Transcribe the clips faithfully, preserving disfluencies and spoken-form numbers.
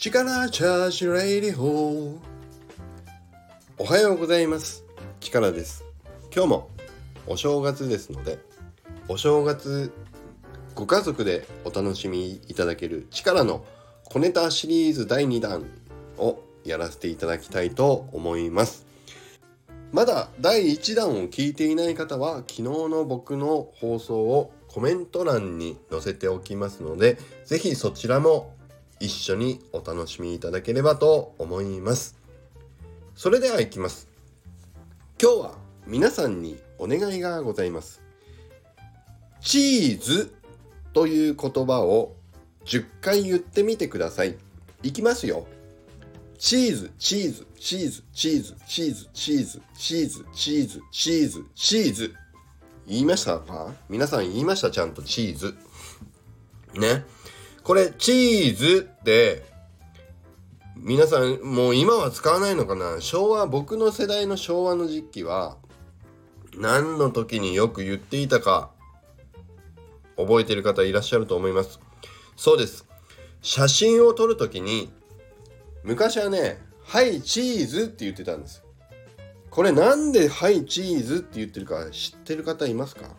力チャージレディホー。おはようございます。力です。今日もお正月ですので、お正月ご家族でお楽しみいただける力の小ネタシリーズだいにだんをやらせていただきたいと思います。まだだいいちだんを聞いていない方は、昨日の僕の放送をコメント欄に載せておきますので、ぜひそちらも一緒にお楽しみいただければと思います。それではいきます。今日は皆さんにお願いがございます。チーズという言葉をじゅっかい言ってみてください。いきますよ。チーズ、チーズ、チーズ、チーズ、チーズ、チーズ、チーズ、チーズ、チーズ、チーズ。言いましたか？皆さん言いました？ちゃんとチーズ。ね。これチーズって皆さんもう今は使わないのかな。昭和、僕の世代の昭和の時期は何の時によく言っていたか覚えている方いらっしゃると思います。そうです。写真を撮るときに昔はね、はいチーズって言ってたんです。これなんではいチーズって言ってるか知ってる方いますか？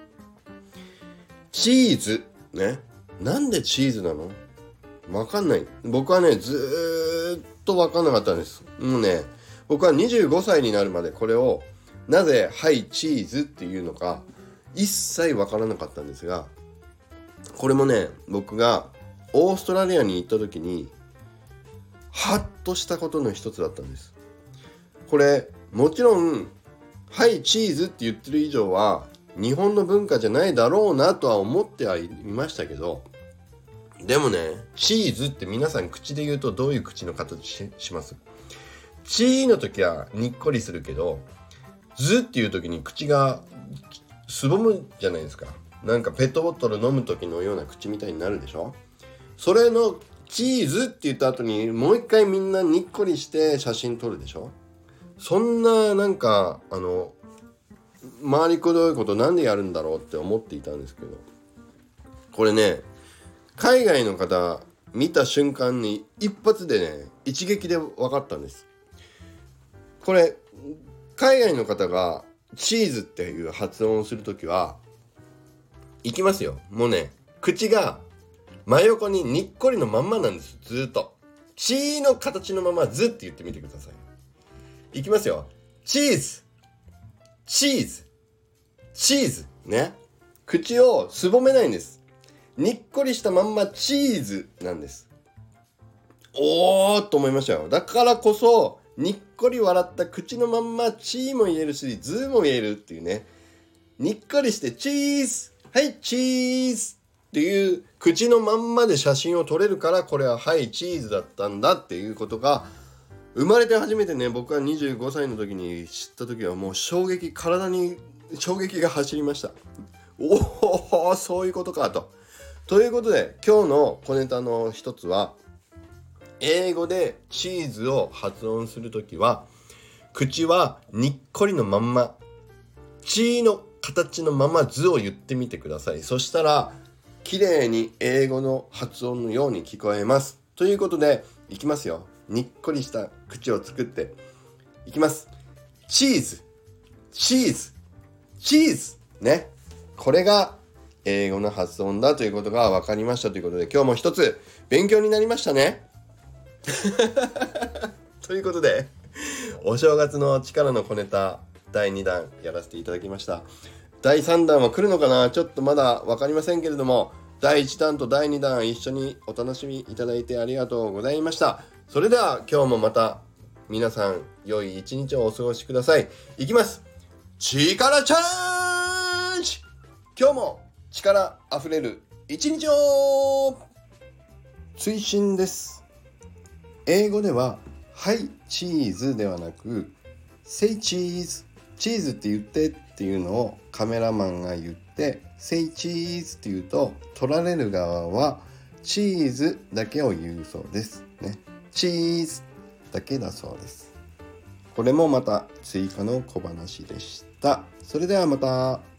チーズね。なんでチーズなの？わかんない。僕はね、ずーっとわかんなかったんです。もうね、僕はにじゅうごさいになるまでこれをなぜはいチーズっていうのか一切わからなかったんですが、これもね、僕がオーストラリアに行った時にハッとしたことの一つだったんです。これもちろんはいチーズって言ってる以上は日本の文化じゃないだろうなとは思ってはいましたけど、でもね、チーズって皆さん口で言うとどういう口の形 し, します？チーの時はにっこりするけど、ズっていう時に口がすぼむじゃないですか。なんかペットボトル飲む時のような口みたいになるでしょ。それのチーズって言った後にもう一回みんなにっこりして写真撮るでしょ。そんななんかあの回りくどいことなんでやるんだろうって思っていたんですけど、これね、海外の方見た瞬間に一発でね、一撃で分かったんです。これ海外の方がチーズっていう発音をするときはいきますよ。もうね、口が真横ににっこりのまんまなんです。ずっとチーの形のままずって言ってみてください。いきますよ。チーズチーズチーズね。口をすぼめないんです。にっこりしたまんまチーズなんです。おーっと思いましたよ。だからこそにっこり笑った口のまんまチーも言えるしズーも言えるっていうね。にっこりしてチーズ、はいチーズっていう口のまんまで写真を撮れるから、これははいチーズだったんだっていうことが生まれて初めてね、僕はにじゅうごさいの時に知った時はもう衝撃、体に衝撃が走りました。おお、そういうことかと。ということで今日の小ネタの一つは、英語でチーズを発音するときは口はにっこりのまんま、チーの形のまま図を言ってみてください。そしたら綺麗に英語の発音のように聞こえます。ということでいきますよ。にっこりした口を作っていきます。チーズチーズチーズね。これが英語の発音だということが分かりましたということで、今日も一つ勉強になりましたねということで、お正月の力の小ネタだいにだんやらせていただきました。だいさんだんは来るのかな、ちょっとまだ分かりませんけれども、だいいちだんとだいにだん一緒にお楽しみいただいてありがとうございました。それでは今日もまた皆さん良い一日をお過ごしください。いきます。力チャージ。今日も力あふれる一日を推進です。英語でははいチーズではなく Say cheese、 チーズって言ってっていうのをカメラマンが言って Say cheese って言うと、取られる側はチーズだけを言うそうですね。チーズだけだそうです。これもまた追加の小話でした。それではまた。